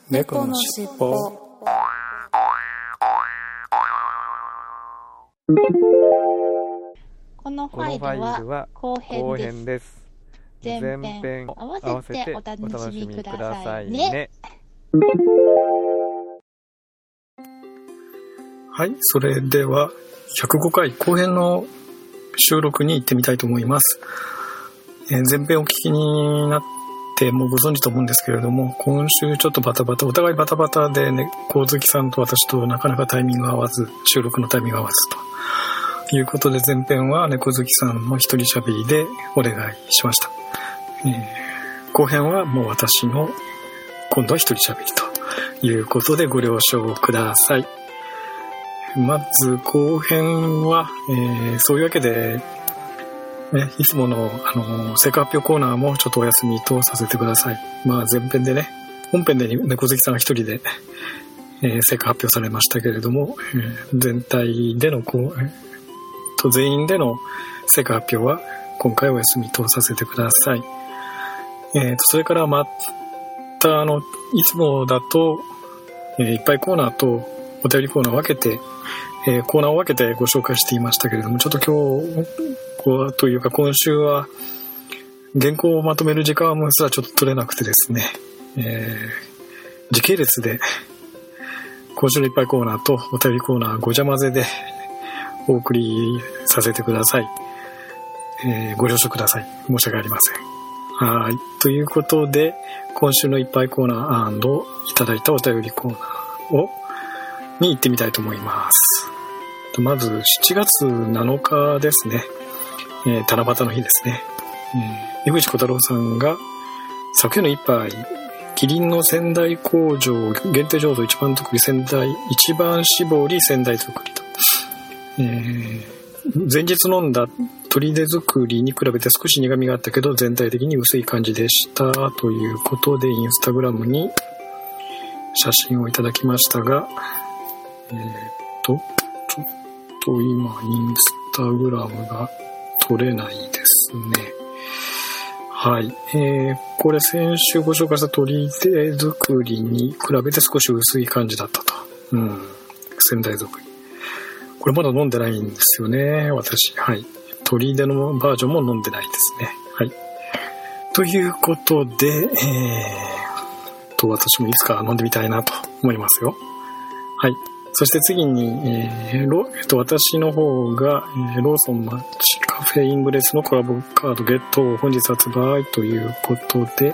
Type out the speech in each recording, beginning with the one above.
猫のしっぽ。 このファイルは後編です。前編合わせてお楽しみくださいね。 はい、それでは105回後編の収録に行ってみたいと思います。前編お聞きになってもうご存知と思うんですけれども、今週ちょっとバタバタ、お互いバタバタでね、光月さんと私となかなかタイミング合わず、収録のタイミング合わずということで、前編は猫月さんの一人喋りでお願いしました。後編はもう私の今度は一人喋りということでご了承ください。まず後編は、そういうわけで、ね、いつもの、成果発表コーナーもちょっとお休みとさせてください。まあ前編でね、本編で猫好きさんが一人で、成果発表されましたけれども、全体での全員での成果発表は今回お休みとさせてください。それからまたいつもだと、いっぱいコーナーとお便りコーナーを分けて、コーナーを分けてご紹介していましたけれども、ちょっと今日というか今週は原稿をまとめる時間も実はちょっと取れなくてですね、時系列で今週のいっぱいコーナーとお便りコーナーごちゃ混ぜでお送りさせてください。ご了承ください。申し訳ありません。はい。ということで、今週のいっぱいコーナー&いただいたお便りコーナーに行ってみたいと思います。まず7月7日ですね。七夕の日ですね。江口小太郎さんが昨夜の一杯キリンの仙台工場限定醸造一番搾り仙台作りと、前日飲んだ砦作りに比べて少し苦みがあったけど全体的に薄い感じでしたということで、インスタグラムに写真をいただきましたが、ちょっと今インスタグラムが取れないですね。はい。これ先週ご紹介した砦作りに比べて少し薄い感じだったと。仙台作り。これまだ飲んでないんですよね、私。はい。砦のバージョンも飲んでないですね。はい。ということで、私もいつか飲んでみたいなと思いますよ。はい。そして次に、私の方が、ローソンマッチカフェイングレスのコラボカードゲットを本日発売ということで、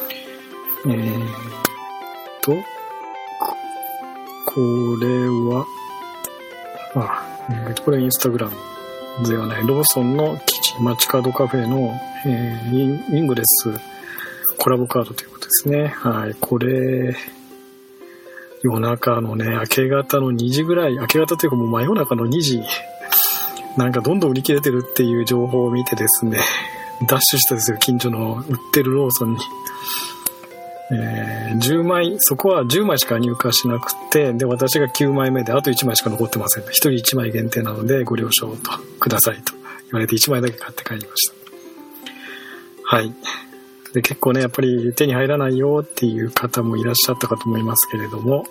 これは、これインスタグラムではない、ローソンの記事、マッチカードカフェの、イングレスコラボカードということですね。はい。これ、夜中のね、明け方の2時ぐらい、明け方というかもう真夜中の2時、なんかどんどん売り切れてるっていう情報を見てですね、ダッシュしたんですよ、近所の売ってるローソンに。10枚、そこは10枚しか入荷しなくて、で、私が9枚目であと1枚しか残ってません。1人1枚限定なのでご了承とくださいと言われて1枚だけ買って帰りました。はい。で、結構ね、やっぱり手に入らないよっていう方もいらっしゃったかと思いますけれども、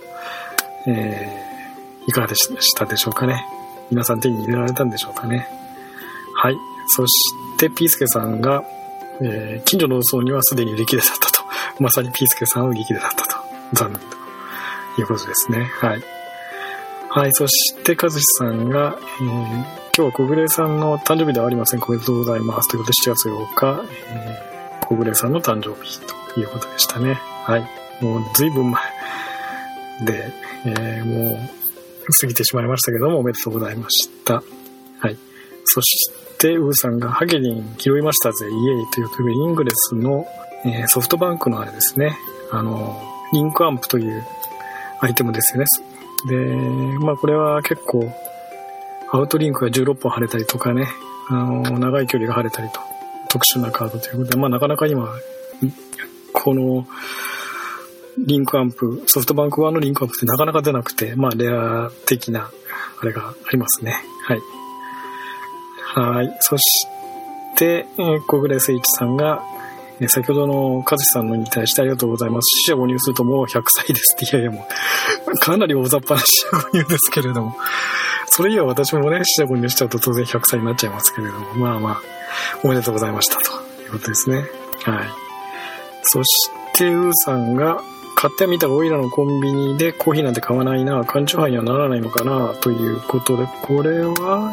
いかがでしたでしょうかね。皆さん手に入れられたんでしょうかね。はい。そしてピースケさんが、近所のローソンにはすでに売り切れだったと。まさにピースケさんは売り切れだったと。残念ということですね。はい。はい。そして和志さんが、今日は小暮さんの誕生日ではありません。おめでとうございます。ということで7月8日、小暮さんの誕生日ということでしたね。はい。もう随分前で、もう過ぎてしまいましたけども、おめでとうございました。はい。そして、ウーさんがハゲリン拾いましたぜ、イエイということで、イングレスの、ソフトバンクのあれですね。リンクアンプというアイテムですよね。で、まあこれは結構、アウトリンクが16本貼れたりとかね、長い距離が貼れたりと。特殊なカードということで、まあなかなか今、このリンクアンプ、ソフトバンク1のリンクアンプってなかなか出なくて、まあレア的なあれがありますね。はい。はい。そして、小暮誠一さんが、 先ほどの和志さんのに対してありがとうございます。四捨五入するともう100歳ですって。いやいやもう、かなり大雑把な四捨五入ですけれども。それ以外は私もね、四捨五入しちゃうと当然100歳になっちゃいますけれども。まあまあ、おめでとうございましたということですね。はい。そして、ウーさんが、買ってみたオイラのコンビニでコーヒーなんて買わないな、缶チューハイにはならないのかな、ということで、これは、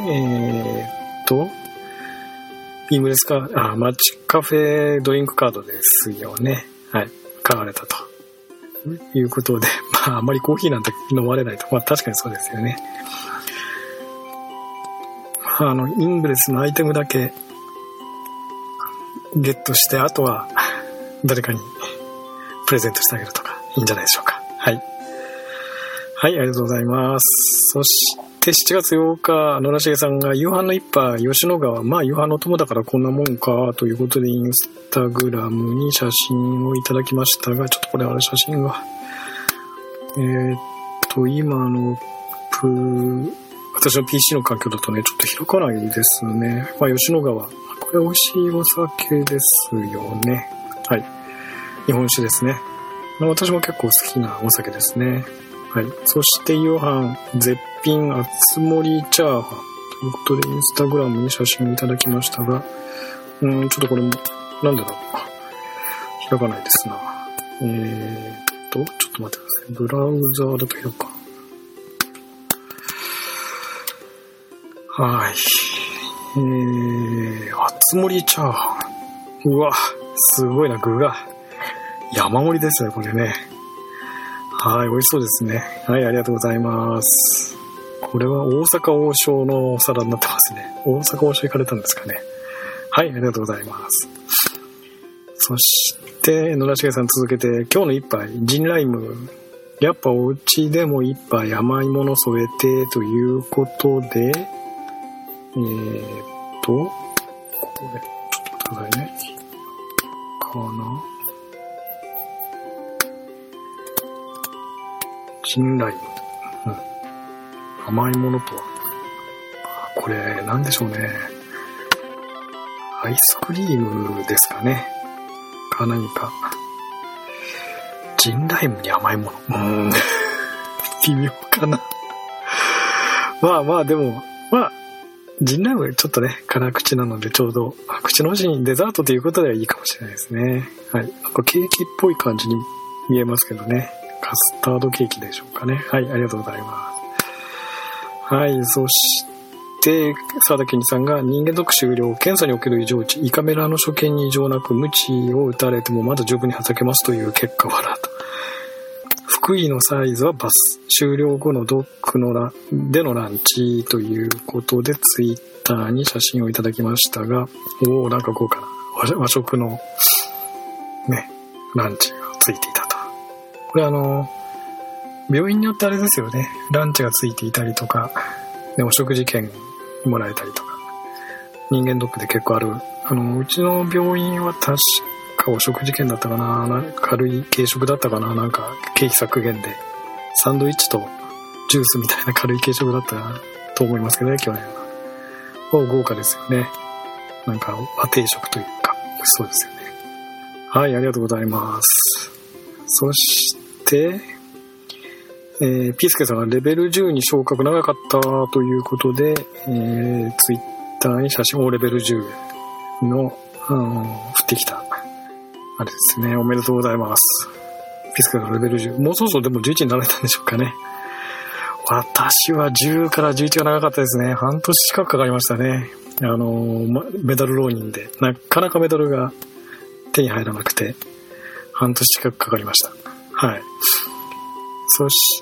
イングレスマッチカフェドリンクカードですよね。はい。買われたと。いうことで、まあ、あんまりコーヒーなんて飲まれないと。まあ、確かにそうですよね。イングレスのアイテムだけゲットして、あとは誰かにプレゼントしてあげるとか、いいんじゃないでしょうか。はい。はい、ありがとうございます。そして、7月8日、野良重さんが夕飯の一杯、吉野川、まあ夕飯の友だからこんなもんか、ということでインスタグラムに写真をいただきましたが、ちょっとこれ写真が、今の私の PC の環境だとね、ちょっと開かないですね。まあ吉野川、これ美味しいお酒ですよね。はい。日本酒ですね。私も結構好きなお酒ですね。はい。そして夕飯、絶品厚盛りチャーハンということでインスタグラムに写真をいただきましたが、ちょっとこれも、なんでだろう。開かないですな。ちょっと待ってください。ブラウザーだと開くか。はい。厚盛りチャーハン。うわ、すごいな、具が。山盛りですね、これね。はい、美味しそうですね。はい、ありがとうございます。これは大阪王将のお皿になってますね。大阪王将行かれたんですかね。はい、ありがとうございます。そして、野良重さん続けて、今日の一杯、ジンライム。やっぱお家でも一杯甘いもの添えて、ということで、これ、ちょっと待ってくださいね。かな。ジンライム。甘いものとは。これ、なんでしょうね。アイスクリームですかね。か何か。ジンライムに甘いもの。微妙かな。まあまあ、でも、まあ、ジンライムちょっとね、辛口なのでちょうど、口の内にデザートということではいいかもしれないですね。はい。なんかケーキっぽい感じに見えますけどね。カスタードケーキでしょうかね。はい、ありがとうございます。はい、そして、沢田健二さんが人間ドック終了、検査における異常値、胃カメラの所見に異常なく、無知を打たれてもまだ十分に働けますという結果はなと。福井のサイズはバス。終了後のドックでのランチということで、ツイッターに写真をいただきましたが、なんか豪華な和食のね、ランチがついていたと。これ病院によってあれですよね。ランチがついていたりとか、ね、お食事券もらえたりとか。人間ドックで結構ある。うちの病院は確かお食事券だったかな。軽い軽食だったかな。なんか経費削減で。サンドイッチとジュースみたいな軽い軽食だったと思いますけどね、去年は。豪華ですよね。なんか和定食というか、美味しそうですよね。はい、ありがとうございます。そして、ピースケさんがレベル10に昇格長かったということで、ツイッターに写真をレベル10の、降ってきた。あれですね。おめでとうございます。ピースケさんがレベル10。もうそろそろでも11になられたんでしょうかね。私は10から11が長かったですね。半年近くかかりましたね。メダル浪人で。なかなかメダルが手に入らなくて、半年近くかかりました。はい。そして、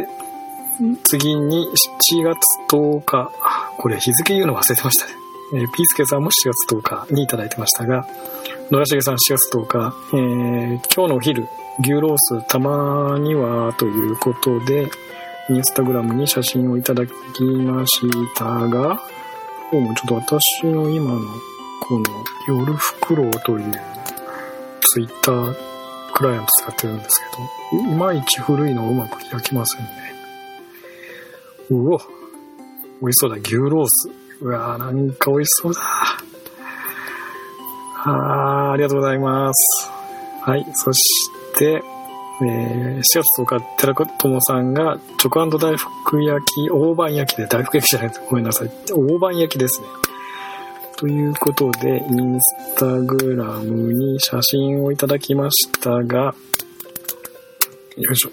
次に7月10日。これ日付言うの忘れてましたね。ピースケさんも7月10日にいただいてましたが、野良重さん7月10日、今日のお昼、牛ロースたまにはということで、インスタグラムに写真をいただきましたが、もうちょっと私の今のこの夜フクロウというツイッタークライアント使ってるんですけど、いまいち古いのをうまく開きませんね。うお、美味しそうだ、牛ロース。うわー、なんか美味しそうだ。 ありがとうございます。はい、そして、4月10日、寺子友さんがチョコ&大福焼き、大判焼きで、大福焼きじゃないです。ごめんなさい。大判焼きですね。ということで、インスタグラムに写真をいただきましたが、よいしょ。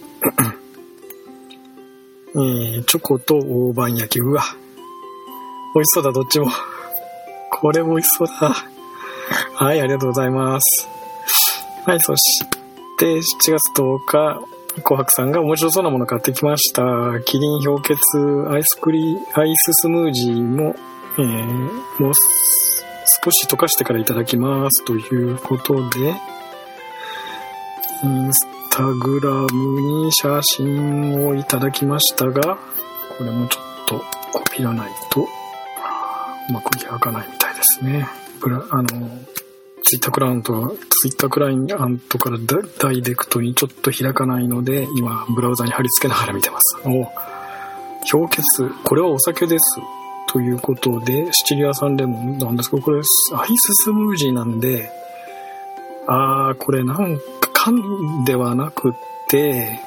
チョコと大判焼き。うわ。美味しそうだ、どっちも。これも美味しそうだ。はい、ありがとうございます。はい、そして7月10日、紅白さんが面白そうなもの買ってきました。キリン氷結アイススムージーも、もう少し溶かしてからいただきますということで、インスタグラムに写真をいただきましたが、これもちょっとコピらないとうまく開かないみたいですね。ツイッタークライアントからダイレクトにちょっと開かないので、今ブラウザに貼り付けながら見てます。氷結、これはお酒ですということで、シチリア産レモンなんですけど、これアイススムージーなんで、これなんか缶ではなくて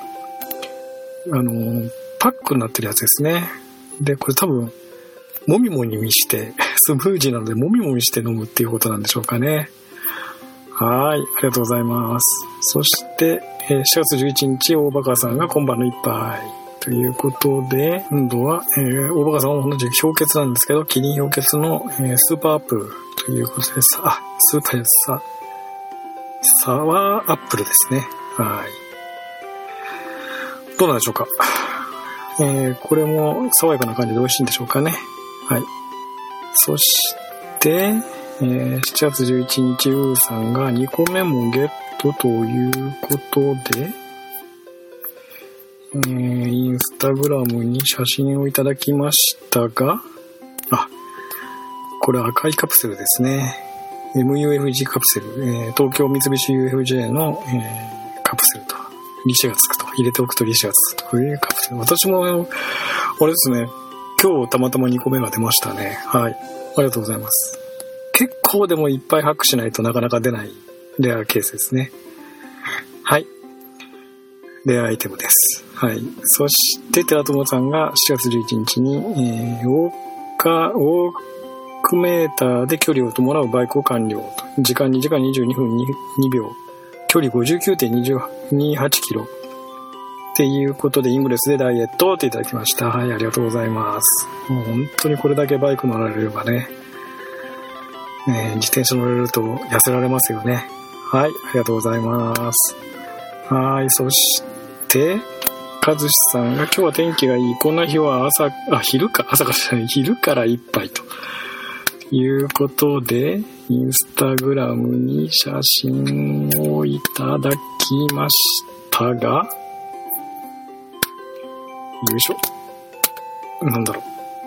パックになってるやつですね。でこれ多分もみもみしてスムージーなのでもみもみして飲むっていうことなんでしょうかね。はい、ありがとうございます。そして、4月11日大バカさんが今晩の一杯ということで、今度は、大バカさんは同じ氷結なんですけど、キリン氷結の、スーパーアップルということです。スーパーですサワーアップルですね。はい。どうなんでしょうか。これも爽やかな感じで美味しいんでしょうかね。はい。そして、7月11日ウーさんが2個目もゲットということで、インスタグラムに写真をいただきましたが、これ赤いカプセルですね。MUFG カプセル、東京三菱 UFJ の、カプセルと利子がつくと、入れておくと利子がつくというカプセル。私もあれですね、今日たまたま2個目が出ましたね。はい、ありがとうございます。結構でもいっぱいハックしないとなかなか出ないレアケースですね。はい、レアアイテムです。はい。そして寺友さんが7月11日に、ウォークメーターで距離を伴うバイクを完了と。時間2時間22分2秒。距離 59.28 キロ。っていうことでイングレスでダイエットっていただきました。はい、ありがとうございます。もう本当にこれだけバイク乗られればね、自転車乗れると痩せられますよね。はい、ありがとうございます。はい、そして和志さんが今日は天気がいい、こんな日は昼から一杯ということで、インスタグラムに写真をいただきましたが、よいしょ、なんだろ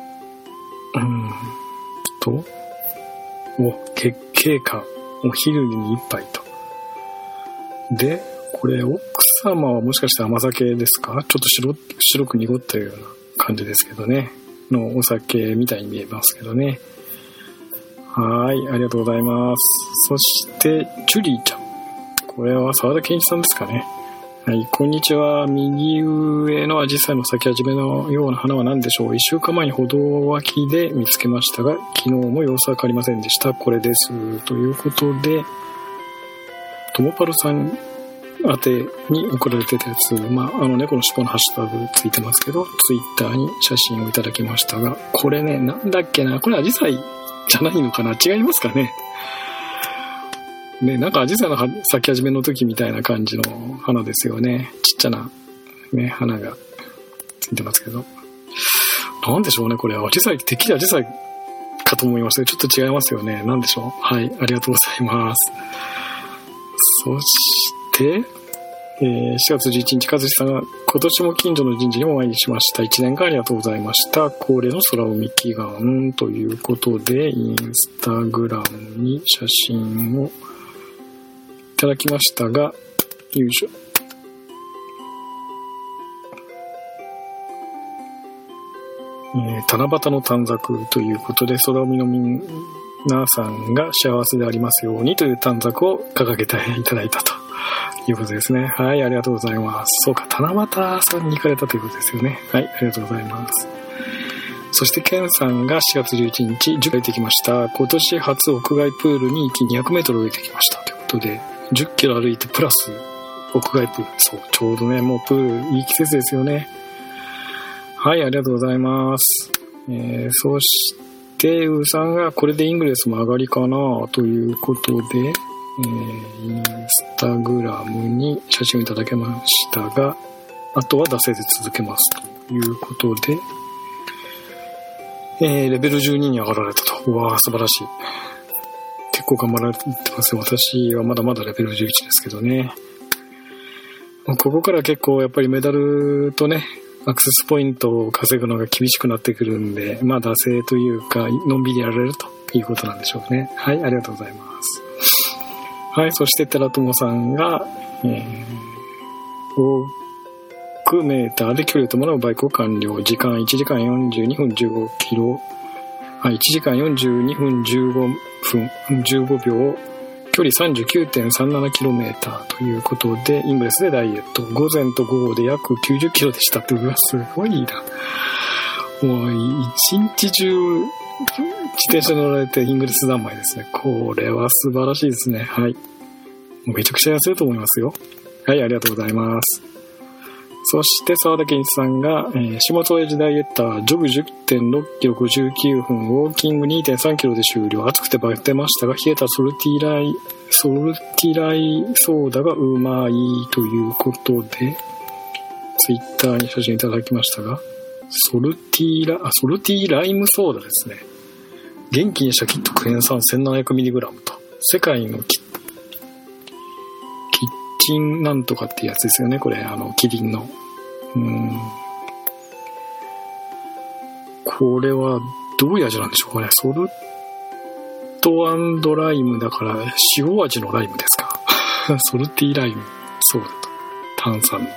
う、月経感、お昼に一杯と。で、これ奥様はもしかして甘酒ですか？ちょっと白く濁ったような感じですけどね。のお酒みたいに見えますけどね。はい、ありがとうございます。そして、ジュリーちゃん。これは沢田健一さんですかね。はい、こんにちは。右上のアジサイの咲き始めのような花は何でしょう。1週間前に歩道脇で見つけましたが、昨日も様子は変わりませんでした。これです。ということで、ともぱるさん宛てに送られてたやつ、猫の尻尾のハッシュタグついてますけど、ツイッターに写真をいただきましたが、これね、なんだっけな、これアジサイじゃないのかな、違いますかね。ね、なんかアジサイの咲き始めの時みたいな感じの花ですよね。ちっちゃな、ね、花がついてますけど。なんでしょうね、これ。アジサイ、てっきりアジサイかと思いましたけど、ちょっと違いますよね。なんでしょう。はい、ありがとうございます。そして、4月11日、和志さんが今年も近所の神社にお参りしました。1年間ありがとうございました。恒例の空海祈願ということで、インスタグラムに写真をいただきましたが、よいしょ。七夕の短冊ということで、空海のなさんが幸せでありますようにという短冊を掲げていただいたということですね。はい、ありがとうございます。そうか、七夕さんに行かれたということですよね。はい、ありがとうございます。そしてケンさんが4月11日10回行ってきました。今年初屋外プールに行き200メートル泳いできましたということで、10キロ歩いてプラス屋外プール。そう、ちょうどね、もうプールいい季節ですよね。はい、ありがとうございます。そしてウーさんがこれでイングレスも上がりかなということで、インスタグラムに写真をいただけましたが、あとは惰性で続けますということで、レベル12に上がられたと。うわー、素晴らしい。結構頑張られてますよ。私はまだまだレベル11ですけどね。ここから結構やっぱりメダルとね、アクセスポイントを稼ぐのが厳しくなってくるんで、まあ惰性というか、のんびりやられるということなんでしょうね。はい、ありがとうございます。はい、そして寺友さんが、5メーターで距離を伴うバイクを完了。時間1時間42分15キロ。1時間42分15秒。距離 39.37km ということで、イングレスでダイエット。午前と午後で約90キロでしたって。うわ、すごいな。もう一日中自転車乗られてイングレス三昧ですね。これは素晴らしいですね。はい。もうめちゃくちゃ痩せると思いますよ。はい、ありがとうございます。そして沢田健一さんが、下津親父ダイエッター、ジョグ 10.6 キロ59分、ウォーキング 2.3 キロで終了。暑くてバテましたが、冷えたソルティライソーダがうまいということで、ツイッターに写真いただきましたが、ソルティライムソーダですね。元気にシャキッとクエン酸 1700mg と、世界のキッチンなんとかってやつですよね。これキリンのこれはどういう味なんでしょうかね。ソルト&ライムだから塩味のライムですか。ソルティライムソーダと炭酸の、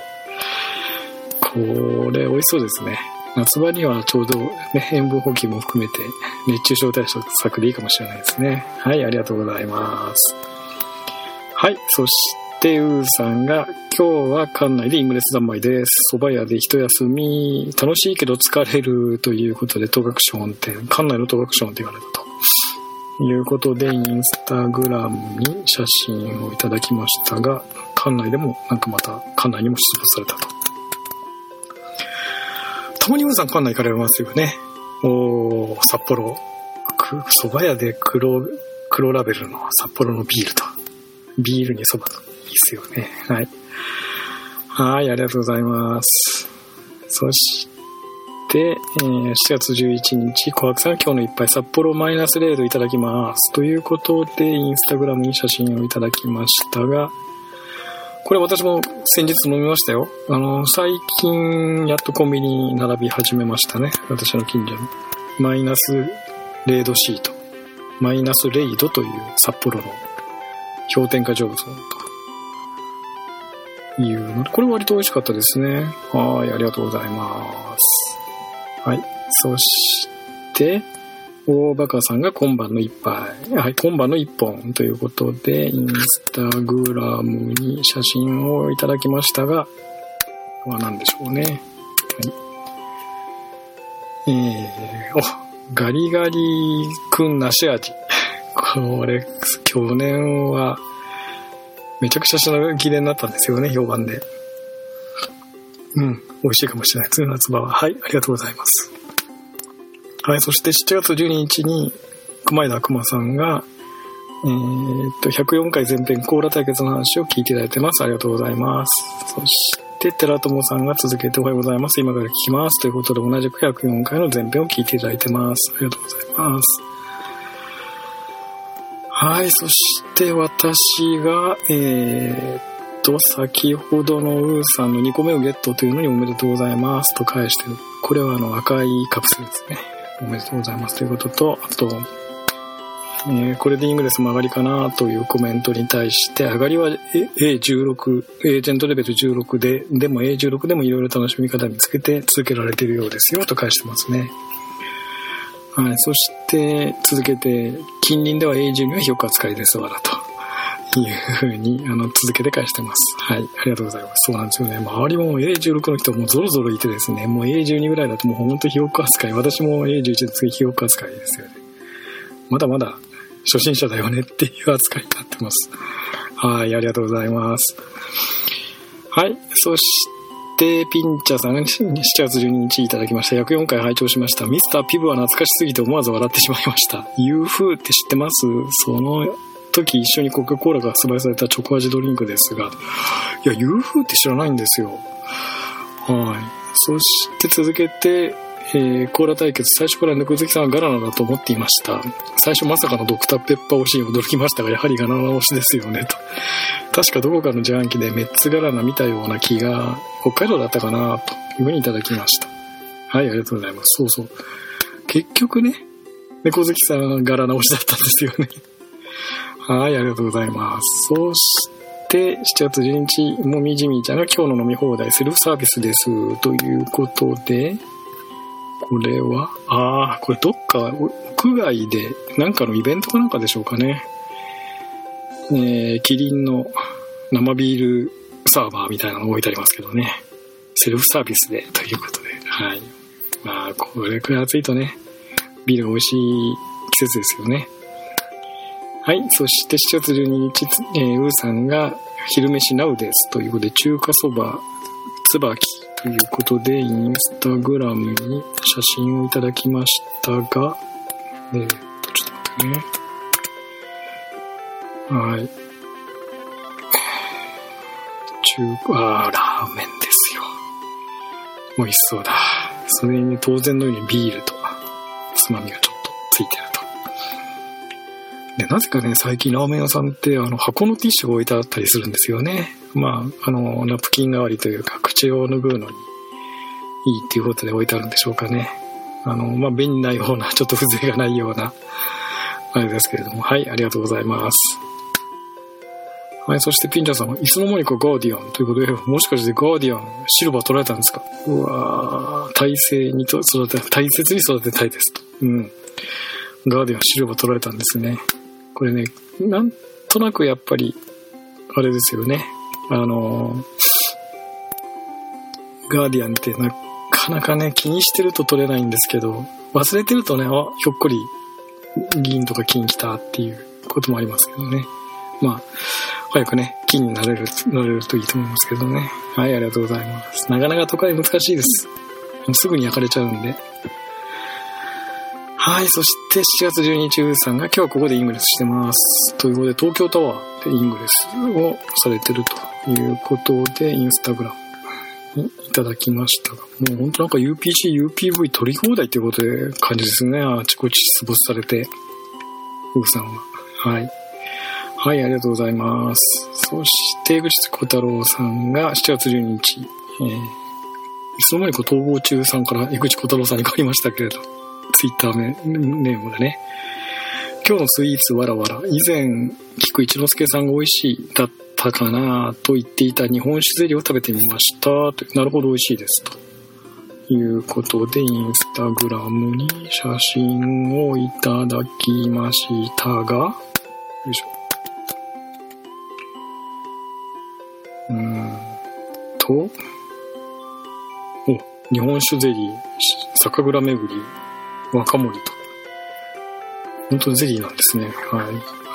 これ美味しそうですね。夏場にはちょうど、ね、塩分補給も含めて熱中症対策でいいかもしれないですね。はい、ありがとうございます。はい、そしてウーさんが今日は館内でイングレス三昧です。蕎麦屋で一休み、楽しいけど疲れるということで、戸隠本店、館内の戸隠本店があるということで、インスタグラムに写真をいただきましたが、館内でもなんかまた館内にも出没されたと。たまにウーさん館内行かれますよね。札幌蕎麦屋で黒ラベルの札幌のビールとビールに蕎麦といいですよね。はい、はい、ありがとうございます。そして7月11日、小白さん、今日の一杯札幌-0度いただきますということで、インスタグラムに写真をいただきましたが、これ私も先日飲みましたよ。最近やっとコンビニに並び始めましたね。私の近所の-0度シート、-0度という札幌の氷点下醸造というので、これ割と美味しかったですね。はい、ありがとうございます。はい、そして大バカさんが今晩の一杯、はい、今晩の一本ということで、インスタグラムに写真をいただきましたが、何でしょうね。はい、ガリガリ君梨味。これ去年はめちゃくちゃ品切れになったんですよね、評判で。美味しいかもしれないですね、夏場は。はい、ありがとうございます。はい、そして7月12日に熊井田熊さんが104回前編コーラ対決の話を聞いていただいてます。ありがとうございます。そして寺友さんが続けておはようございます、今から聞きますということで、同じく104回の前編を聞いていただいてます。ありがとうございます。はい、そして私が先ほどのウーさんの2個目をゲットというのにおめでとうございますと返して、これは赤いカプセルですね。おめでとうございますということと、あと、これでイングレスも上がりかなというコメントに対して、上がりは A16、エージェントレベル16でも A16 でもいろいろ楽しみ方見つけて続けられているようですよと返してますね。 はい、そして続けて近隣では永住にはひよく扱いですわらというふうに続けて返してます。はい、ありがとうございます。そうなんですよね。周りも A16 の人もゾロゾロいてですね、もう A12 ぐらいだともう本当ひよく扱い、私も A11 で次ひよく扱いですよね。まだまだ初心者だよねっていう扱いになってます。はい、ありがとうございます。はい、そしてピンチャーさんが7月12日いただきました。約4回拝聴しました。ミスターピブは懐かしすぎて思わず笑ってしまいました。UFO って知ってます？その時一緒にコカ・コーラが発売されたチョコ味ドリンクですが、いや UFO って知らないんですよ。はい。そして続けて、コーラ対決、最初から猫好きさんはガラナだと思っていました。最初まさかのドクターペッパー推しに驚きましたが、やはりガラナ推しですよねと。確かどこかの自販機でメッツガラナ見たような気が、北海道だったかなというふうにいただきました。はい、ありがとうございます。そうそう、結局ね、猫好きさんはガラナ推しだったんですよね。はい、ありがとうございます。そして7月12日、もみじみちゃんが今日の飲み放題セルフサービスですということで、これはこれどっか屋外でなんかのイベントかなんかでしょうかね。キリンの生ビールサーバーみたいなの置いてありますけどね、セルフサービスでということで、はい、まあこれくらい暑いとね、ビールが美味しい季節ですよね。はい、そして7月12日、ウーさんが昼飯ナウですということで、中華そばつばきということで、インスタグラムに写真をいただきましたが、ちょっと待ってね。はい。ラーメンですよ。美味しそうだ。それに当然のようにビールとつまみがちょっとついてると。で、なぜかね、最近ラーメン屋さんって箱のティッシュが置いてあったりするんですよね。まあ、ナプキン代わりというか、口を拭うのにいいっていうことで置いてあるんでしょうかね。まあ、便利なような、ちょっと風情がないような、あれですけれども。はい、ありがとうございます。はい、そしてピンチャーさんは、いつの間にかガーディアンということで、もしかしてガーディアン、シルバー取られたんですか？うわー、大切に育てたいですと。うん。ガーディアン、シルバー取られたんですね。これね、なんとなくやっぱり、あれですよね。ガーディアンってなかなかね、気にしてると取れないんですけど、忘れてるとね、ひょっこり銀とか金来たっていうこともありますけどね。まあ、早くね、金になれるといいと思いますけどね。はい、ありがとうございます。なかなか都会難しいです。すぐに焼かれちゃうんで。はい、そして7月12日、ウーさんが今日はここでイングレスしてます。ということで、東京タワーでイングレスをされてるということで、インスタグラムにいただきましたが、もう本当なんか UPC、UPV 取り放題っていうことで感じですね。あちこち出没されて、ウーさんは。はい。はい、ありがとうございます。そして、江口小太郎さんが7月12日、いつの間にか逃亡中さんから江口小太郎さんに変わりましたけれど、ツイッターネームでね。今日のスイーツわらわら。以前、菊一之輔さんが美味しいだったかなと言っていた日本酒ゼリーを食べてみました。なるほど美味しいです。ということで、インスタグラムに写真をいただきましたが、よいしょ。日本酒ゼリー、酒蔵巡り、若森と。本当にゼリーなんですね。はい。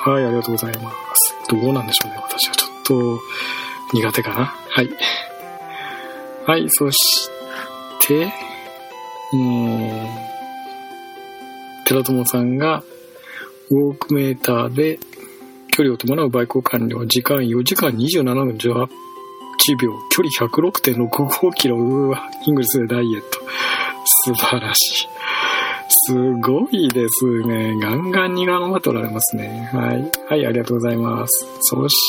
はい、ありがとうございます。どうなんでしょうね。私はちょっと苦手かな。はい。はい、そして、寺友さんが、ウォークメーターで距離を伴うバイクを完了。時間4時間27分18秒。距離 106.65 キロ。うわ、イングレスでダイエット。素晴らしい。すごいですね。ガンガンに頑張っておられますね。はい。はい、ありがとうございます。そして、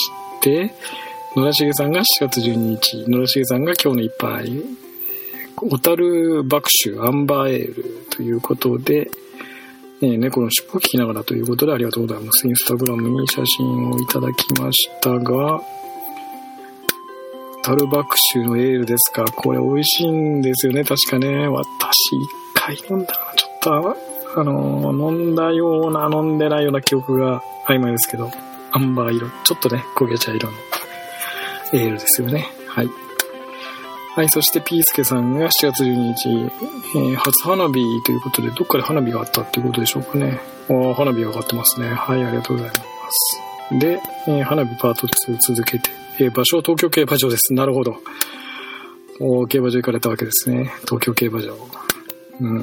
野田重さんが7月12日。野田重さんが今日の一杯。小樽爆酒アンバーエールということで、猫の尻尾を聞きながらということでありがとうございます。インスタグラムに写真をいただきましたが、小樽爆酒のエールですか。これ美味しいんですよね。確かね。私一回飲んだかな。ちょっと飲んだような飲んでないような記憶が曖昧ですけど、アンバー色、ちょっとね焦げ茶色のエールですよね。はいはい。そしてピースケさんが7月12日、初花火ということで、どっかで花火があったっていうことでしょうかね。花火が上がってますね。はい、ありがとうございます。で、花火パート2続けて、場所は東京競馬場です。なるほど。競馬場行かれたわけですね。東京競馬場。うん。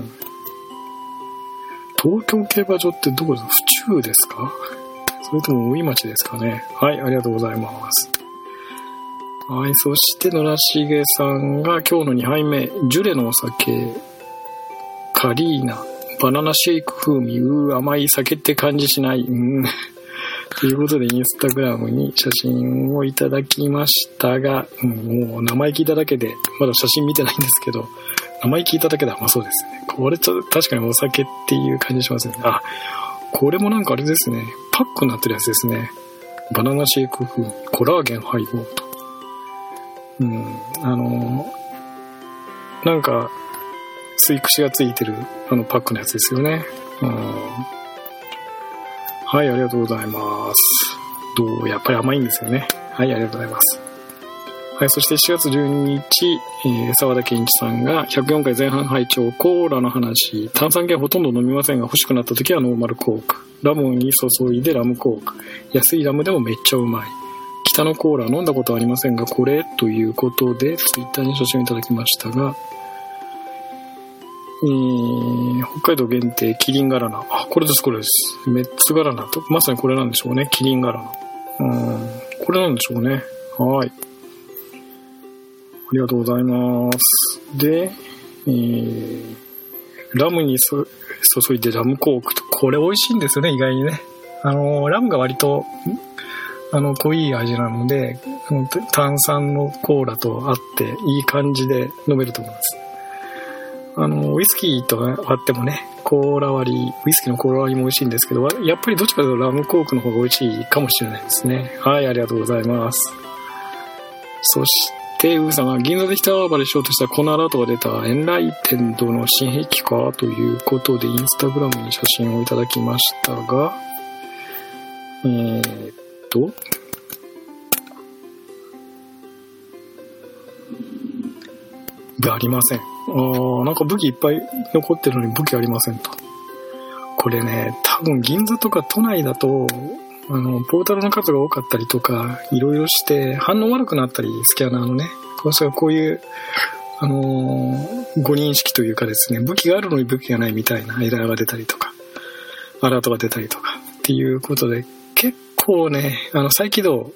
東京競馬場ってどこですか？府中ですか？それとも大井町ですかね。はい、ありがとうございます。はい、そして野良重さんが今日の2杯目、ジュレのお酒、カリーナ、バナナシェイク風味、甘い酒って感じしない。ということでインスタグラムに写真をいただきましたが、もう名前聞いただけで、まだ写真見てないんですけど、名前聞いただけで甘そうですね。これちょっと確かにお酒っていう感じしますね。あ、これもなんかあれですね、パックになってるやつですね。バナナシェイク風味、コラーゲン配合と。なんか吸い口がついてるパックのやつですよね。はい、ありがとうございます。やっぱり甘いんですよね。はい、ありがとうございます。はい、そして7月12日、沢田健一さんが104回前半拝聴、コーラの話、炭酸系ほとんど飲みませんが欲しくなった時はノーマルコーク、ラムに注いでラムコーク、安いラムでもめっちゃうまい。北のコーラ飲んだことはありませんが、これということでツイッターに写真をいただきましたが、北海道限定キリンガラナ、これですこれです、メッツガラナと、まさにこれなんでしょうね。キリンガラナ、これなんでしょうね。はい、ありがとうございます。で、ラムに注いでラムコークと、これ美味しいんですよね、意外にね。ラムが割と濃い味なので、炭酸のコーラと合っていい感じで飲めると思います。ウイスキーとあってもね、コーラ割り、ウイスキーのコーラ割りも美味しいんですけど、やっぱりどっちかというとラムコークの方が美味しいかもしれないですね。はい、ありがとうございます。そしてウーさんが銀座で一暴れしようとしたこのアラートが出たエンライテンドの新兵器かということでインスタグラムに写真をいただきましたが、ありません。なんか武器いっぱい残ってるのに武器ありませんと。これね、多分銀座とか都内だとポータルの数が多かったりとかいろいろして反応悪くなったり、スキャナーのね、こういう誤認識というかですね、武器があるのに武器がないみたいなエラーが出たりとかアラートが出たりとかっていうことで、結構ね再起動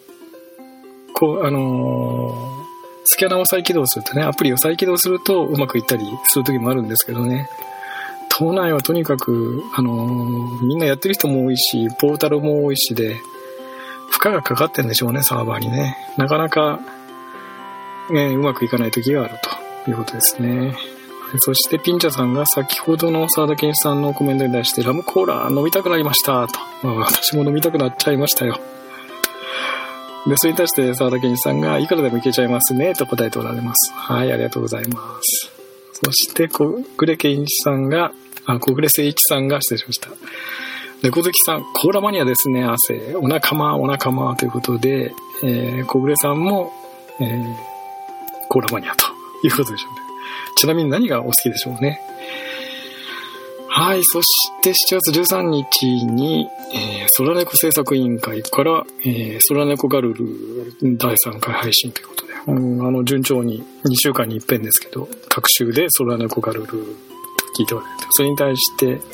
スキャナーを再起動するとね、アプリを再起動するとうまくいったりする時もあるんですけどね、都内はとにかくみんなやってる人も多いし、ポータルも多いしで負荷がかかってるんでしょうね、サーバーにね。なかなか、うまくいかない時があるということですね。そしてピンチャさんが先ほどの沢田健一さんのコメントに対してラムコーラ飲みたくなりましたと、私も飲みたくなっちゃいましたよ。でそれに対して沢田健一さんがいくらでもいけちゃいますねと答えておられます。はい、ありがとうございます。そして小暮誠一さんが失礼しました。猫好きさん、コーラマニアですね、お仲間ということで、小暮さんも、コーラマニアということでしょうね。ちなみに何がお好きでしょうね。はい、そして7月13日に、空猫制作委員会から、空猫ガルル第3回配信ということで、順調に2週間に一遍ですけど、各週で空猫ガルル聞いておられて、それに対して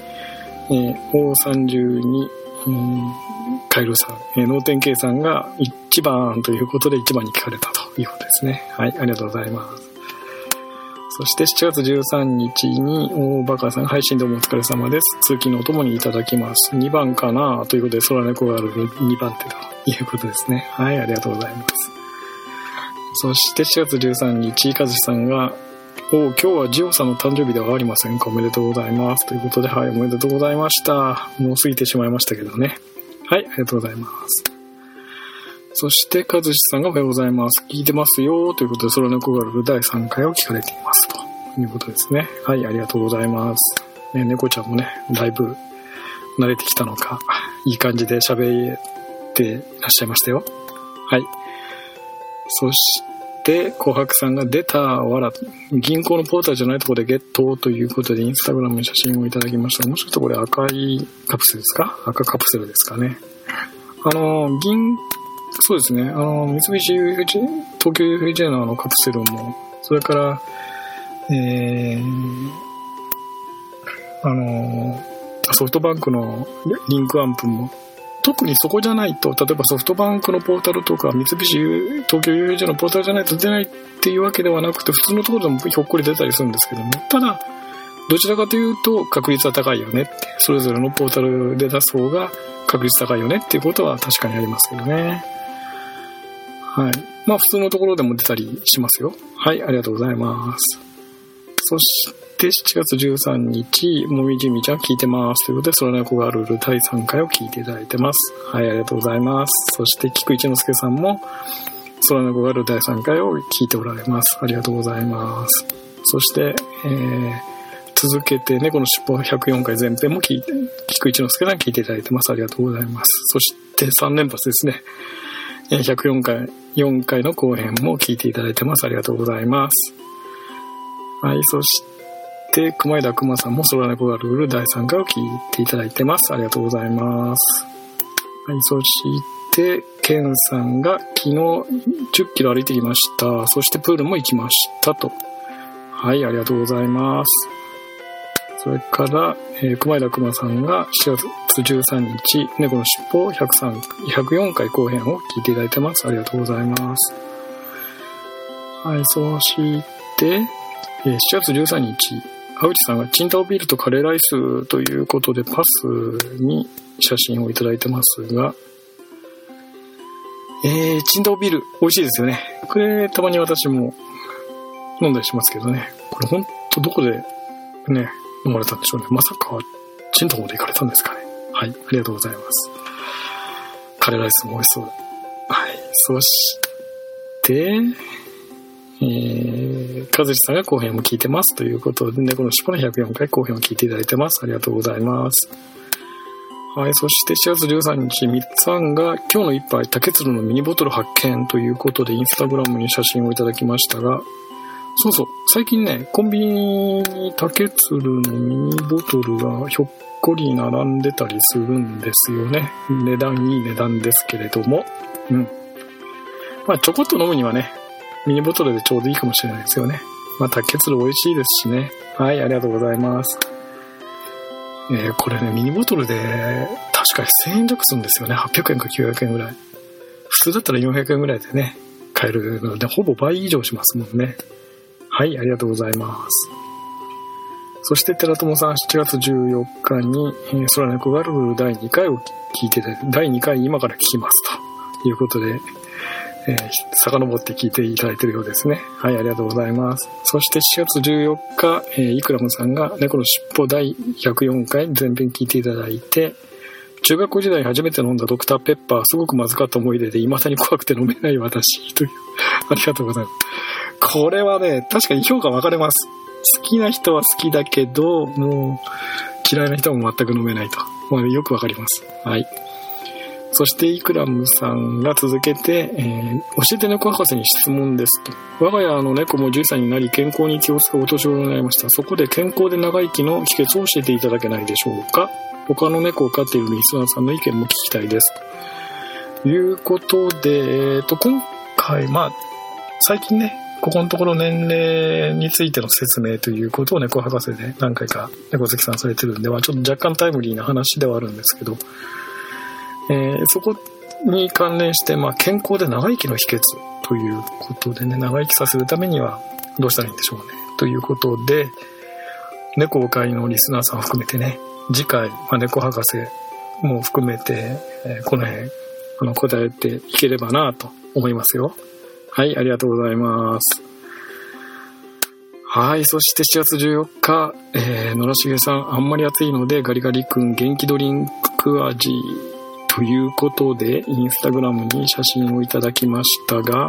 、O32、カエルさん、脳天計さんが1番ということで1番に聞かれたということですね。はい、ありがとうございます。そして7月13日に大バカさん、配信どうもお疲れ様です。通勤のお供にいただきます。2番かなということで、空猫がある2番手ということですね。はい、ありがとうございます。そして7月13日、かずしさんが、今日はジオさんの誕生日ではありませんか。おめでとうございます。ということで、はい、おめでとうございました。もう過ぎてしまいましたけどね。はい、ありがとうございます。そして和志さんがおはようございます、聞いてますよということで、空猫ガルル第3回を聞かれていますということですね。はい、ありがとうございます。 猫ちゃんもね、だいぶ慣れてきたのか、いい感じで喋っていらっしゃいましたよ。はい。そして紅白さんが出たわら、銀行のポータルじゃないところでゲットということでインスタグラムに写真をいただきました。もしかしたらこれ赤いカプセルですか？赤カプセルですかね。そうですね、三菱 UFJ、東京 UFJ のカプセルも、それからソフトバンクのリンクアンプも、特にそこじゃないと、例えばソフトバンクのポータルとか三菱東京 UFJ のポータルじゃないと出ないっていうわけではなくて、普通のところでもひょっこり出たりするんですけども、ただどちらかというと確率は高いよねって、それぞれのポータルで出す方が確率高いよねっていうことは確かにありますけどね。はい。まあ普通のところでも出たりしますよ。はい、ありがとうございます。そして7月13日、もみじみちゃん聞いてますということで、空猫がルール第3回を聞いていただいてます。はい、ありがとうございます。そして菊一之輔さんも空猫がルール第3回を聞いておられます。ありがとうございます。そして、続けて猫のしっぽ104回前編も聞いて、菊一之輔さん聞いていただいてます。ありがとうございます。そして3連発ですね。104回、4回の後編も聞いていただいてます。ありがとうございます。はい、そして熊井田熊さんも空猫がルール第3回を聞いていただいてます。ありがとうございます。はい、そしてケンさんが昨日10キロ歩いてきました。そしてプールも行きましたと。はい、ありがとうございます。それから、熊井田熊さんが7月13日猫のしっぽ104回後編を聞いていただいてます。ありがとうございます。はい、そして7月13日、青内さんがチンタオビールとカレーライスということでパスに写真をいただいてますが、チンタオビール美味しいですよね。これたまに私も飲んだりしますけどね。これほんとどこでね、飲まれたんでしょうね。まさかチンタオで行かれたんですかね。はい、ありがとうございます。カレーライスも美味しそう。はい、そして和志さんが後編も聞いてますということで、猫のしっぽの104回後編を聞いていただいてます。ありがとうございます。はい、そして7月13日、みっさんが今日の一杯竹鶴のミニボトル発見ということでインスタグラムに写真をいただきましたが、そうそう、最近ね、コンビニに竹鶴のミニボトルがひょっこり並んでたりするんですよね。値段いい値段ですけれども、まあちょこっと飲むにはね、ミニボトルでちょうどいいかもしれないですよね。まあ竹鶴美味しいですしね。はい、ありがとうございます。これね、ミニボトルで確か1000円弱するんですよね。800円か900円ぐらい。普通だったら400円ぐらいでね、買えるので、ほぼ倍以上しますもんね。はい、ありがとうございます。そして寺友さん、7月14日に、空猫ガルル第2回を聞いてて、第2回今から聞きますということで、遡って聞いていただいているようですね。はい、ありがとうございます。そして7月14日、イクラムさんが猫のしっぽ第104回全編聞いていただいて、中学校時代に初めて飲んだドクターペッパー、すごくまずかった思い出で未だに怖くて飲めない私というありがとうございます。これはね、確かに評価分かれます。好きな人は好きだけど、もう嫌いな人も全く飲めないと、まあ、よく分かります。はい。そしてイクラムさんが続けて、教えて猫博士に質問ですと。我が家の猫も10歳になり健康に気を使うお年頃になりました。そこで健康で長生きの秘訣を教えていただけないでしょうか。他の猫を飼っているリスナーさんの意見も聞きたいですということで、今回最近ね、ここのところ年齢についての説明ということを猫博士で何回か猫好きさんされてるんでは、ちょっと若干タイムリーな話ではあるんですけど、そこに関連して、健康で長生きの秘訣ということでね、長生きさせるためにはどうしたらいいんでしょうねということで、猫界のリスナーさんを含めてね、次回、猫博士も含めて、この辺答えていければなと思いますよ。はい、ありがとうございます。はい、そして7月14日、野良重さん、あんまり暑いのでガリガリ君元気ドリンク味ということでインスタグラムに写真をいただきましたが、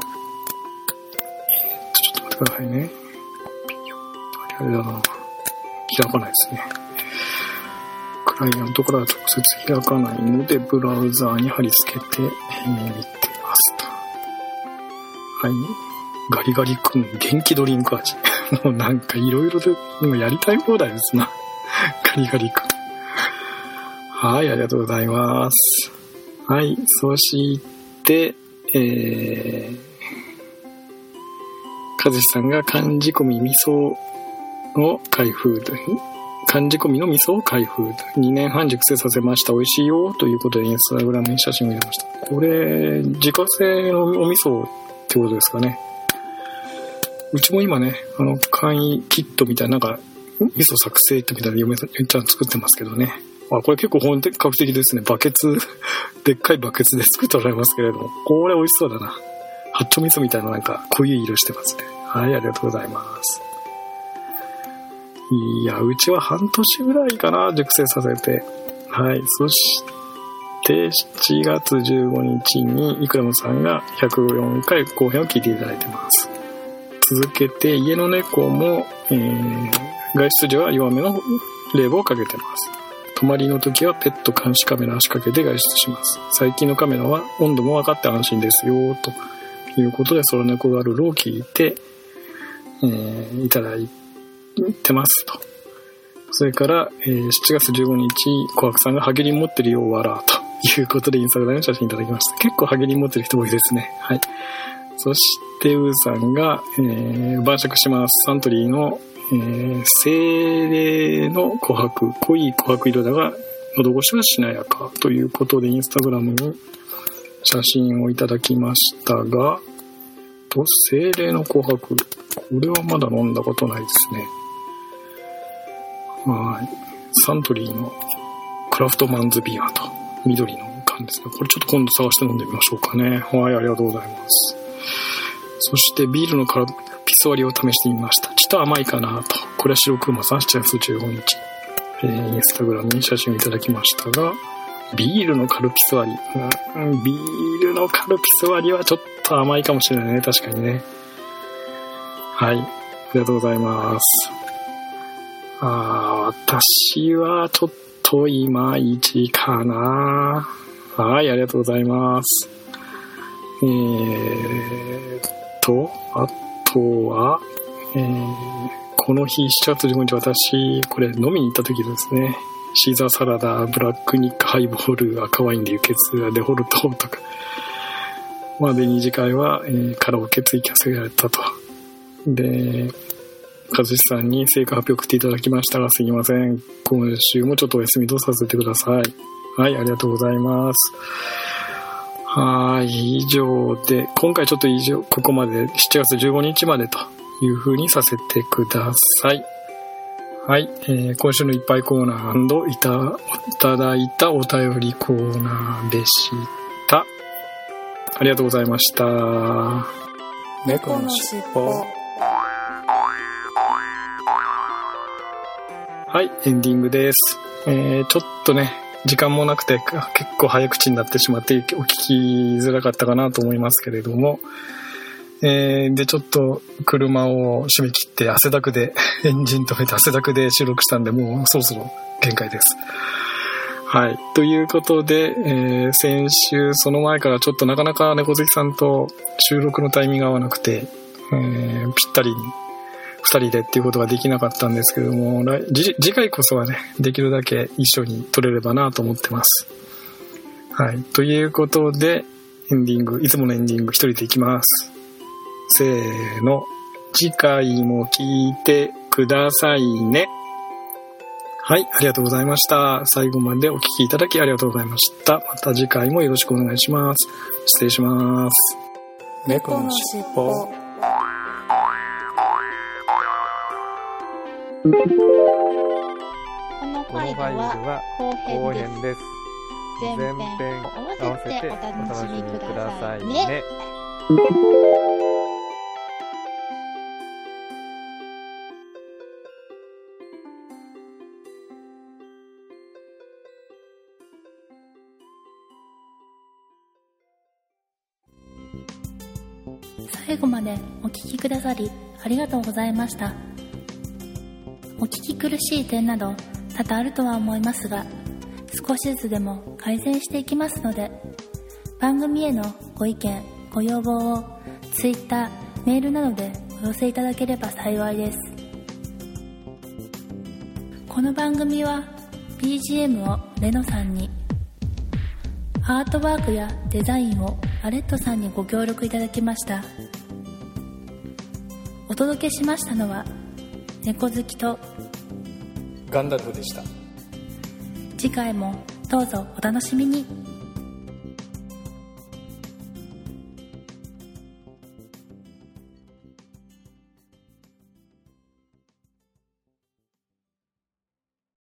ちょっと待ってくださいね。あれだな、開かないですね。 クライアントからは直接開かないのでブラウザーに貼り付けて、見てますと。はい、ガリガリ君元気ドリンク味もうなんかいろいろで今やりたい放題ですなガリガリ君。はい、ありがとうございます。はい、そして和志さんが漢字込み味噌の開封漢字込みの味噌を開封2年半熟成させました、美味しいよということでインスタグラムに写真を入れました。これ自家製のお味噌ってことですかね。うちも今ね簡易キットみたいな、なんか味噌作成ってみたいな嫁ちゃん作ってますけどね。これ結構本格的ですね。バケツでっかいバケツで作っておられますけれども、これ美味しそうだな。八丁味噌みたいななんか濃い色してますね。はい、ありがとうございます。いや、うちは半年ぐらいかな、熟成させて。はい、そして7月15日にイクラムさんが104回後編を聞いていただいてます。続けて家の猫も、外出時は弱めの冷房をかけてます。泊まりの時はペット監視カメラを仕掛けて外出します。最近のカメラは温度も分かって安心ですよということで、空猫がルルを聞いて、いただいてますと。それから、7月15日小白さんがハゲリン持ってるよう笑ということでインスタグラムの写真いただきました。結構ハゲリン持ってる人多いですね。はい。そしてウーさんが、晩酌します。サントリーの精霊の琥珀、濃い琥珀色だが喉越しはしなやかということでインスタグラムに写真をいただきましたが、精霊の琥珀、これはまだ飲んだことないですね。はい、サントリーのクラフトマンズビアと緑の缶ですね。これちょっと今度探して飲んでみましょうかね。はい、ありがとうございます。そしてビールのカルピス割りを試してみました。ちょっと甘いかなと。これは白クマさん7月15日、インスタグラムに写真をいただきましたが、ビールのカルピス割り、ビールのカルピス割りはちょっと甘いかもしれないね。確かにね。はい、ありがとうございます。私はちょっといまいちかな。はい、ありがとうございます。あとは、この日7月15日私これ飲みに行った時ですね、シーザーサラダ、ブラックニック、ハイボール、赤ワインで輸血、デフォルトとか、で二次会は、カラオケツイキャスやったと。で和志さんに成果発表送っていただきましたが、すいません、今週もちょっとお休みとさせてください。はい、ありがとうございます。はい、以上で今回ちょっとここまで7月15日までという風にさせてください。はい、今週のいっぱいコーナー&いただいたお便りコーナーでした。ありがとうございました。猫のしっぽ。はい、エンディングです。ちょっとね時間もなくて結構早口になってしまってお聞きづらかったかなと思いますけれども、でちょっと車を締め切って汗だくでエンジン止めて汗だくで収録したんで、もうそろそろ限界です。はい、ということで、先週その前からちょっとなかなか猫好きさんと収録のタイミングが合わなくて、ぴったりに2人でっていうことができなかったんですけども、次回こそはねできるだけ一緒に撮れればなと思ってます。はい、ということでエンディング、いつものエンディング一人でいきます。せーの、次回も聞いてくださいね。はい、ありがとうございました。最後までお聞きいただきありがとうございました。また次回もよろしくお願いします。失礼します。猫のしっぽ。 このファイルは後編です。前編を合わせてお楽しみくださいね。 最後までお聞きくださりありがとうございました。お聞き苦しい点など多々あるとは思いますが、少しずつでも改善していきますので、番組へのご意見ご要望を Twitter、メールなどでお寄せいただければ幸いです。この番組は BGM をレノさんに、アートワークやデザインをアレットさんにご協力いただきました。お届けしましたのは猫好きとガンダルフでした。 次回もどうぞお楽しみに。